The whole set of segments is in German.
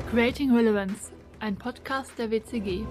Creating Relevance, ein Podcast der WCG.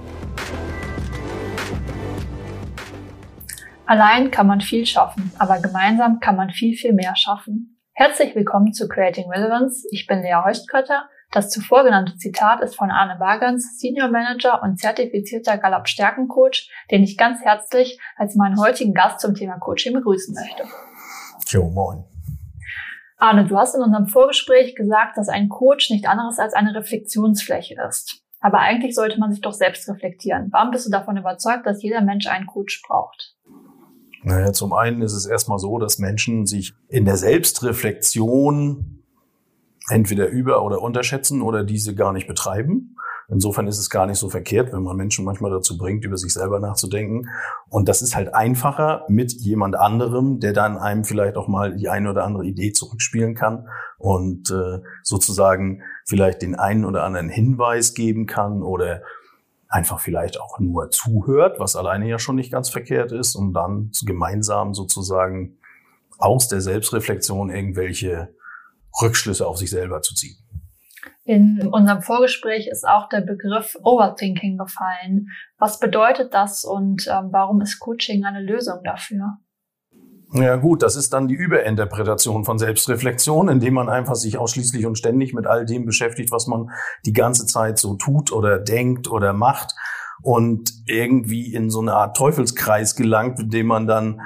Allein kann man viel schaffen, aber gemeinsam kann man viel, viel mehr schaffen. Herzlich willkommen zu Creating Relevance. Ich bin Lea Heustkötter. Das zuvor genannte Zitat ist von Arne Bargans, Senior Manager und zertifizierter Gallup-Stärkencoach, den ich ganz herzlich als meinen heutigen Gast zum Thema Coaching begrüßen möchte. Jo, moin. Arne, du hast in unserem Vorgespräch gesagt, dass ein Coach nicht anderes als eine Reflexionsfläche ist. Aber eigentlich sollte man sich doch selbst reflektieren. Warum bist du davon überzeugt, dass jeder Mensch einen Coach braucht? Naja, zum einen ist es erstmal so, dass Menschen sich in der Selbstreflexion entweder über- oder unterschätzen oder diese gar nicht betreiben. Insofern ist es gar nicht so verkehrt, wenn man Menschen manchmal dazu bringt, über sich selber nachzudenken. Und das ist halt einfacher mit jemand anderem, der dann einem vielleicht auch mal die eine oder andere Idee zurückspielen kann und sozusagen vielleicht den einen oder anderen Hinweis geben kann oder einfach vielleicht auch nur zuhört, was alleine ja schon nicht ganz verkehrt ist, um dann gemeinsam sozusagen aus der Selbstreflexion irgendwelche Rückschlüsse auf sich selber zu ziehen. In unserem Vorgespräch ist auch der Begriff Overthinking gefallen. Was bedeutet das und warum ist Coaching eine Lösung dafür? Ja gut, das ist dann die Überinterpretation von Selbstreflexion, indem man einfach sich ausschließlich und ständig mit all dem beschäftigt, was man die ganze Zeit so tut oder denkt oder macht und irgendwie in so eine Art Teufelskreis gelangt, in dem man dann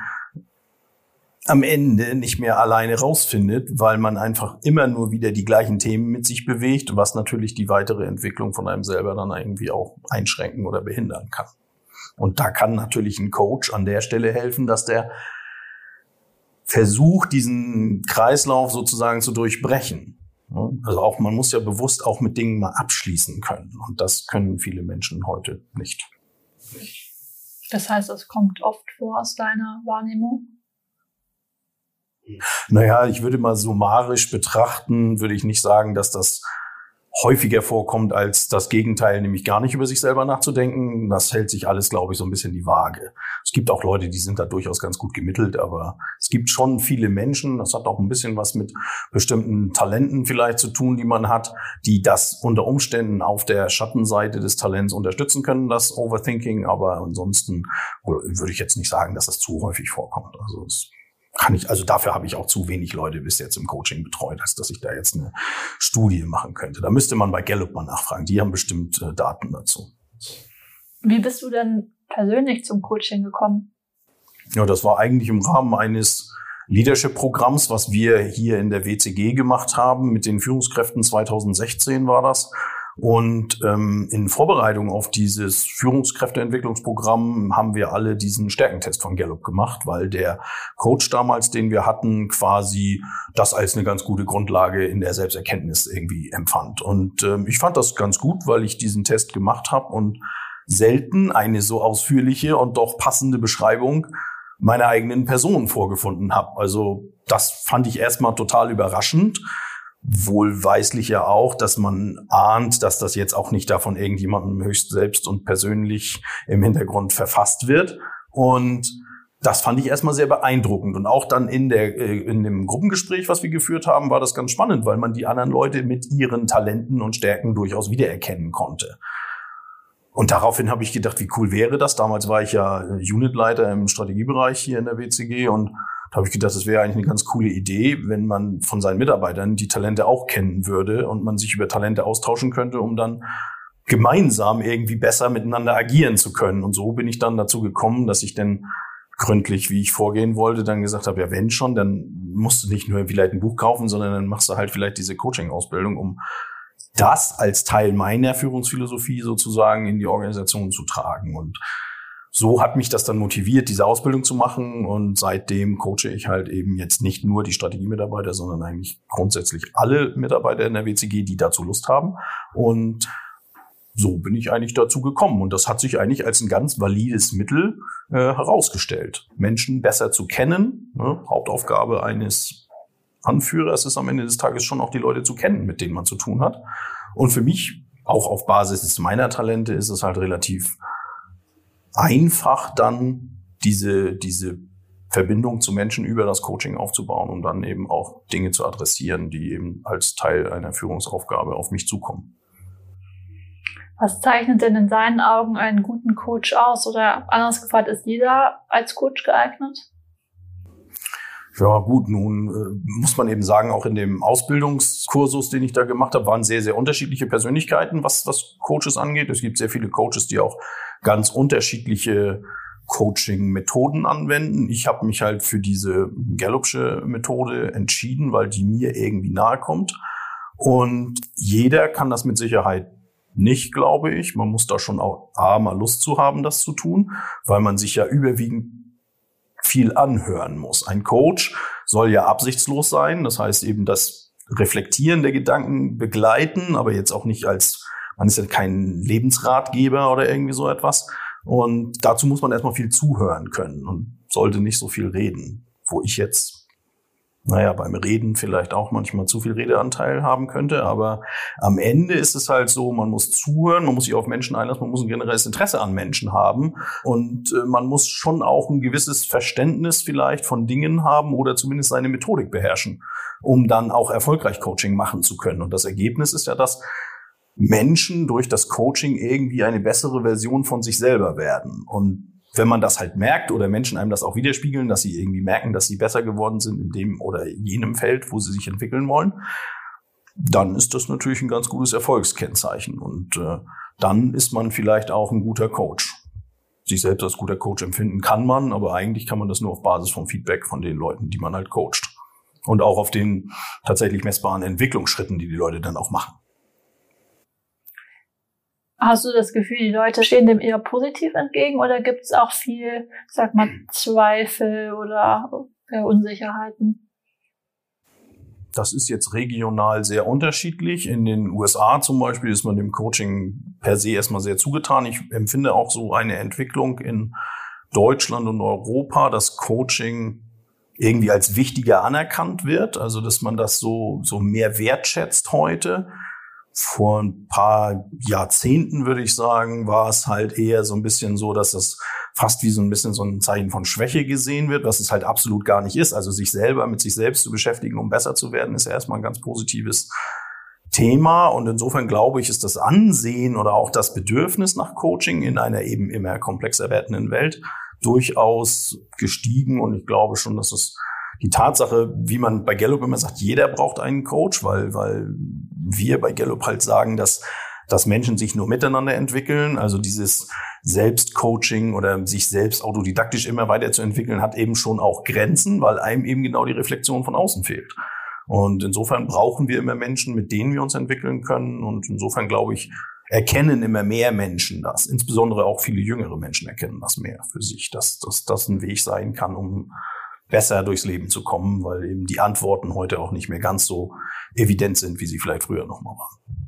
am Ende nicht mehr alleine rausfindet, weil man einfach immer nur wieder die gleichen Themen mit sich bewegt, was natürlich die weitere Entwicklung von einem selber dann irgendwie auch einschränken oder behindern kann. Und da kann natürlich ein Coach an der Stelle helfen, dass der versucht, diesen Kreislauf sozusagen zu durchbrechen. Also auch, man muss ja bewusst auch mit Dingen mal abschließen können. Und das können viele Menschen heute nicht. Das heißt, es kommt oft vor aus deiner Wahrnehmung? Naja, ich würde mal summarisch betrachten, würde ich nicht sagen, dass das häufiger vorkommt als das Gegenteil, nämlich gar nicht über sich selber nachzudenken. Das hält sich alles, glaube ich, so ein bisschen die Waage. Es gibt auch Leute, die sind da durchaus ganz gut gemittelt, aber es gibt schon viele Menschen, das hat auch ein bisschen was mit bestimmten Talenten vielleicht zu tun, die man hat, die das unter Umständen auf der Schattenseite des Talents unterstützen können, das Overthinking, aber ansonsten würde ich jetzt nicht sagen, dass das zu häufig vorkommt. Also dafür habe ich auch zu wenig Leute bis jetzt im Coaching betreut, als dass ich da jetzt eine Studie machen könnte. Da müsste man bei Gallup mal nachfragen. Die haben bestimmt Daten dazu. Wie bist du denn persönlich zum Coaching gekommen? Ja, das war eigentlich im Rahmen eines Leadership-Programms, was wir hier in der WCG gemacht haben. Mit den Führungskräften 2016 war das. Und in Vorbereitung auf dieses Führungskräfteentwicklungsprogramm haben wir alle diesen Stärkentest von Gallup gemacht, weil der Coach damals, den wir hatten, quasi das als eine ganz gute Grundlage in der Selbsterkenntnis irgendwie empfand. Und ich fand das ganz gut, weil ich diesen Test gemacht habe und selten eine so ausführliche und doch passende Beschreibung meiner eigenen Person vorgefunden habe. Also das fand ich erstmal total überraschend. Wohlweislich ja auch, dass man ahnt, dass das jetzt auch nicht davon irgendjemandem höchst selbst und persönlich im Hintergrund verfasst wird. Und das fand ich erstmal sehr beeindruckend. Und auch dann in dem Gruppengespräch, was wir geführt haben, war das ganz spannend, weil man die anderen Leute mit ihren Talenten und Stärken durchaus wiedererkennen konnte. Und daraufhin habe ich gedacht, wie cool wäre das? Damals war ich ja Unitleiter im Strategiebereich hier in der WCG und da habe ich gedacht, das wäre eigentlich eine ganz coole Idee, wenn man von seinen Mitarbeitern die Talente auch kennen würde und man sich über Talente austauschen könnte, um dann gemeinsam irgendwie besser miteinander agieren zu können. Und so bin ich dann dazu gekommen, dass ich dann gründlich, wie ich vorgehen wollte, dann gesagt habe, ja wenn schon, dann musst du nicht nur vielleicht ein Buch kaufen, sondern dann machst du halt vielleicht diese Coaching-Ausbildung, um das als Teil meiner Führungsphilosophie sozusagen in die Organisation zu tragen. Und so hat mich das dann motiviert, diese Ausbildung zu machen. Und seitdem coache ich halt eben jetzt nicht nur die Strategiemitarbeiter, sondern eigentlich grundsätzlich alle Mitarbeiter in der WCG, die dazu Lust haben. Und so bin ich eigentlich dazu gekommen. Und das hat sich eigentlich als ein ganz valides Mittel herausgestellt, Menschen besser zu kennen. Hauptaufgabe eines Anführers ist am Ende des Tages schon auch die Leute zu kennen, mit denen man zu tun hat. Und für mich, auch auf Basis meiner Talente, ist es halt relativ einfach dann diese Verbindung zu Menschen über das Coaching aufzubauen und dann eben auch Dinge zu adressieren, die eben als Teil einer Führungsaufgabe auf mich zukommen. Was zeichnet denn in seinen Augen einen guten Coach aus? Oder anders gefragt, ist jeder als Coach geeignet? Ja gut, nun muss man eben sagen, auch in dem Ausbildungskursus, den ich da gemacht habe, waren sehr, sehr unterschiedliche Persönlichkeiten, was Coaches angeht. Es gibt sehr viele Coaches, die auch ganz unterschiedliche Coaching-Methoden anwenden. Ich habe mich halt für diese Gallupsche Methode entschieden, weil die mir irgendwie nahe kommt. Und jeder kann das mit Sicherheit nicht, glaube ich. Man muss da schon auch mal Lust zu haben, das zu tun, weil man sich ja überwiegend viel anhören muss. Ein Coach soll ja absichtslos sein, das heißt eben das Reflektieren der Gedanken begleiten, aber jetzt auch nicht man ist ja kein Lebensratgeber oder irgendwie so etwas. Und dazu muss man erstmal viel zuhören können und sollte nicht so viel reden, wo ich jetzt beim Reden vielleicht auch manchmal zu viel Redeanteil haben könnte, aber am Ende ist es halt so, man muss zuhören, man muss sich auf Menschen einlassen, man muss ein generelles Interesse an Menschen haben und man muss schon auch ein gewisses Verständnis vielleicht von Dingen haben oder zumindest seine Methodik beherrschen, um dann auch erfolgreich Coaching machen zu können. Und das Ergebnis ist ja, dass Menschen durch das Coaching irgendwie eine bessere Version von sich selber werden. Und wenn man das halt merkt oder Menschen einem das auch widerspiegeln, dass sie irgendwie merken, dass sie besser geworden sind in dem oder jenem Feld, wo sie sich entwickeln wollen, dann ist das natürlich ein ganz gutes Erfolgskennzeichen. Und dann ist man vielleicht auch ein guter Coach. Sich selbst als guter Coach empfinden kann man, aber eigentlich kann man das nur auf Basis von Feedback von den Leuten, die man halt coacht. Und auch auf den tatsächlich messbaren Entwicklungsschritten, die Leute dann auch machen. Hast du das Gefühl, die Leute stehen dem eher positiv entgegen oder gibt es auch viel, Zweifel oder Unsicherheiten? Das ist jetzt regional sehr unterschiedlich. In den USA zum Beispiel ist man dem Coaching per se erstmal sehr zugetan. Ich empfinde auch so eine Entwicklung in Deutschland und Europa, dass Coaching irgendwie als wichtiger anerkannt wird, also dass man das so mehr wertschätzt heute. Vor ein paar Jahrzehnten, würde ich sagen, war es halt eher so ein bisschen so, dass das fast wie so ein bisschen so ein Zeichen von Schwäche gesehen wird, was es halt absolut gar nicht ist. Also sich selber mit sich selbst zu beschäftigen, um besser zu werden, ist ja erstmal ein ganz positives Thema. Und insofern glaube ich, ist das Ansehen oder auch das Bedürfnis nach Coaching in einer eben immer komplexer werdenden Welt durchaus gestiegen. Und ich glaube schon, dass es die Tatsache, wie man bei Gallup immer sagt, jeder braucht einen Coach, weil wir bei Gallup halt sagen, dass Menschen sich nur miteinander entwickeln. Also dieses Selbstcoaching oder sich selbst autodidaktisch immer weiterzuentwickeln, hat eben schon auch Grenzen, weil einem eben genau die Reflexion von außen fehlt. Und insofern brauchen wir immer Menschen, mit denen wir uns entwickeln können. Und insofern, glaube ich, erkennen immer mehr Menschen das. Insbesondere auch viele jüngere Menschen erkennen das mehr für sich, dass das ein Weg sein kann, um besser durchs Leben zu kommen, weil eben die Antworten heute auch nicht mehr ganz so evident sind, wie sie vielleicht früher noch mal waren.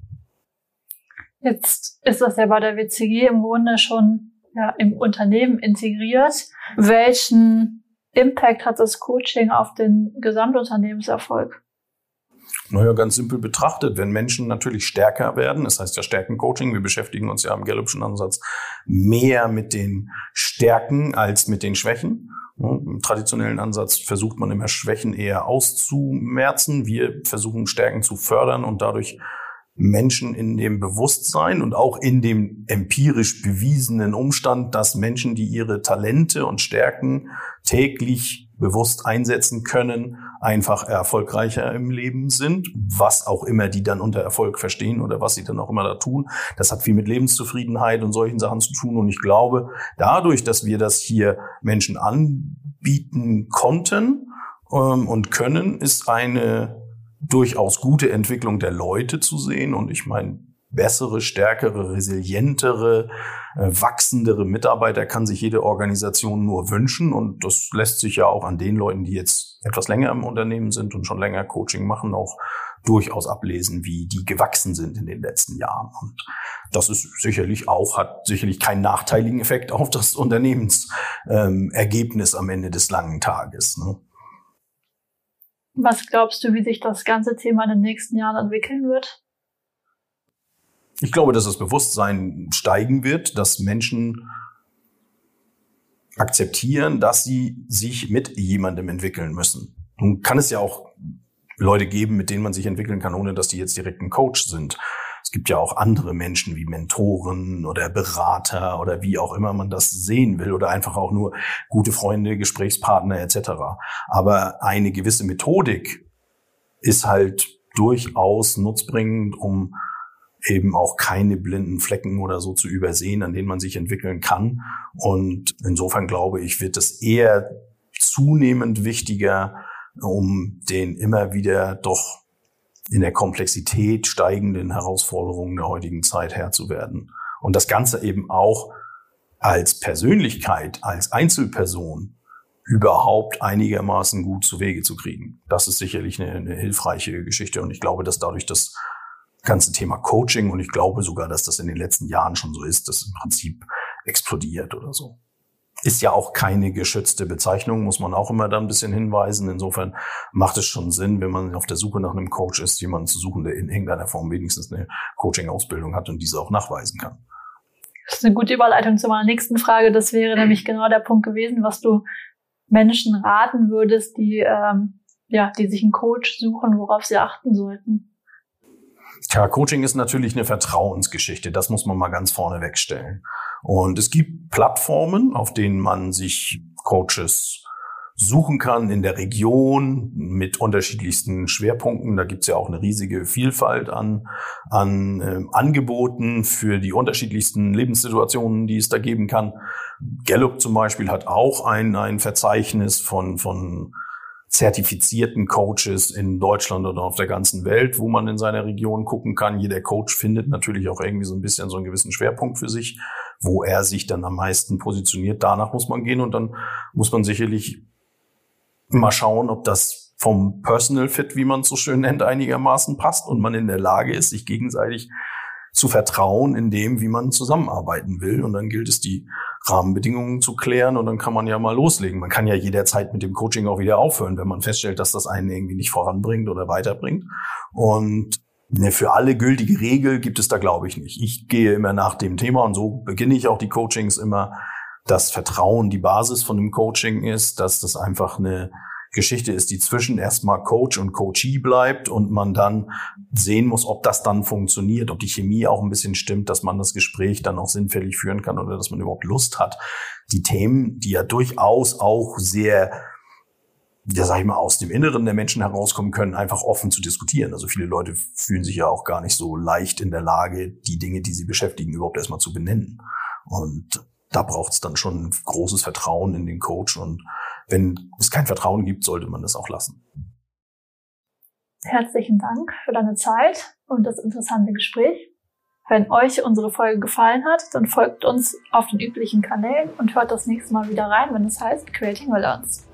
Jetzt ist das ja bei der WCG im Grunde schon im Unternehmen integriert. Welchen Impact hat das Coaching auf den Gesamtunternehmenserfolg? Naja, ganz simpel betrachtet, wenn Menschen natürlich stärker werden, das heißt ja Stärkencoaching, wir beschäftigen uns ja im Gallupschen Ansatz mehr mit den Stärken als mit den Schwächen. Im traditionellen Ansatz versucht man immer Schwächen eher auszumerzen. Wir versuchen Stärken zu fördern und dadurch Menschen in dem Bewusstsein und auch in dem empirisch bewiesenen Umstand, dass Menschen, die ihre Talente und Stärken täglich bewusst einsetzen können, einfach erfolgreicher im Leben sind, was auch immer die dann unter Erfolg verstehen oder was sie dann auch immer da tun. Das hat viel mit Lebenszufriedenheit und solchen Sachen zu tun. Und ich glaube, dadurch, dass wir das hier Menschen anbieten konnten und können, ist eine durchaus gute Entwicklung der Leute zu sehen. Und ich meine, bessere, stärkere, resilientere, wachsendere Mitarbeiter kann sich jede Organisation nur wünschen. Und das lässt sich ja auch an den Leuten, die jetzt etwas länger im Unternehmen sind und schon länger Coaching machen, auch durchaus ablesen, wie die gewachsen sind in den letzten Jahren. Und das ist hat sicherlich keinen nachteiligen Effekt auf das Unternehmensergebnis am Ende des langen Tages, ne? Was glaubst du, wie sich das ganze Thema in den nächsten Jahren entwickeln wird? Ich glaube, dass das Bewusstsein steigen wird, dass Menschen akzeptieren, dass sie sich mit jemandem entwickeln müssen. Nun kann es ja auch Leute geben, mit denen man sich entwickeln kann, ohne dass die jetzt direkt ein Coach sind. Es gibt ja auch andere Menschen wie Mentoren oder Berater oder wie auch immer man das sehen will oder einfach auch nur gute Freunde, Gesprächspartner etc. Aber eine gewisse Methodik ist halt durchaus nutzbringend, um eben auch keine blinden Flecken oder so zu übersehen, an denen man sich entwickeln kann. Und insofern glaube ich, wird es eher zunehmend wichtiger, um den immer wieder doch in der Komplexität steigenden Herausforderungen der heutigen Zeit Herr zu werden. Und das Ganze eben auch als Persönlichkeit, als Einzelperson überhaupt einigermaßen gut zu Wege zu kriegen. Das ist sicherlich eine hilfreiche Geschichte. Und ich glaube, dass dadurch das ganze Thema Coaching, und ich glaube sogar, dass das in den letzten Jahren schon so ist, das im Prinzip explodiert oder so. Ist ja auch keine geschützte Bezeichnung, muss man auch immer da ein bisschen hinweisen. Insofern macht es schon Sinn, wenn man auf der Suche nach einem Coach ist, jemanden zu suchen, der in irgendeiner Form wenigstens eine Coaching-Ausbildung hat und diese auch nachweisen kann. Das ist eine gute Überleitung zu meiner nächsten Frage. Das wäre nämlich genau der Punkt gewesen, was du Menschen raten würdest, die sich einen Coach suchen, worauf sie achten sollten. Ja, Coaching ist natürlich eine Vertrauensgeschichte. Das muss man mal ganz vorne wegstellen. Und es gibt Plattformen, auf denen man sich Coaches suchen kann in der Region mit unterschiedlichsten Schwerpunkten. Da gibt's ja auch eine riesige Vielfalt an Angeboten für die unterschiedlichsten Lebenssituationen, die es da geben kann. Gallup zum Beispiel hat auch ein Verzeichnis von zertifizierten Coaches in Deutschland oder auf der ganzen Welt, wo man in seiner Region gucken kann. Jeder Coach findet natürlich auch irgendwie so ein bisschen so einen gewissen Schwerpunkt für sich, wo er sich dann am meisten positioniert. Danach muss man gehen und dann muss man sicherlich mal schauen, ob das vom Personal Fit, wie man es so schön nennt, einigermaßen passt und man in der Lage ist, sich gegenseitig zu vertrauen in dem, wie man zusammenarbeiten will. Und dann gilt es, die Rahmenbedingungen zu klären und dann kann man ja mal loslegen. Man kann ja jederzeit mit dem Coaching auch wieder aufhören, wenn man feststellt, dass das einen irgendwie nicht voranbringt oder weiterbringt. Und eine für alle gültige Regel gibt es da, glaube ich, nicht. Ich gehe immer nach dem Thema und so beginne ich auch die Coachings immer, dass Vertrauen die Basis von dem Coaching ist, dass das einfach eine Geschichte ist, die zwischen erstmal Coach und Coachee bleibt und man dann sehen muss, ob das dann funktioniert, ob die Chemie auch ein bisschen stimmt, dass man das Gespräch dann auch sinnfällig führen kann oder dass man überhaupt Lust hat, die Themen, die ja durchaus auch sehr, sag ich mal, aus dem Inneren der Menschen herauskommen können, einfach offen zu diskutieren. Also viele Leute fühlen sich ja auch gar nicht so leicht in der Lage, die Dinge, die sie beschäftigen, überhaupt erstmal zu benennen. Und da braucht es dann schon großes Vertrauen in den Coach und wenn es kein Vertrauen gibt, sollte man das auch lassen. Herzlichen Dank für deine Zeit und das interessante Gespräch. Wenn euch unsere Folge gefallen hat, dann folgt uns auf den üblichen Kanälen und hört das nächste Mal wieder rein, wenn es heißt Creating Relevance.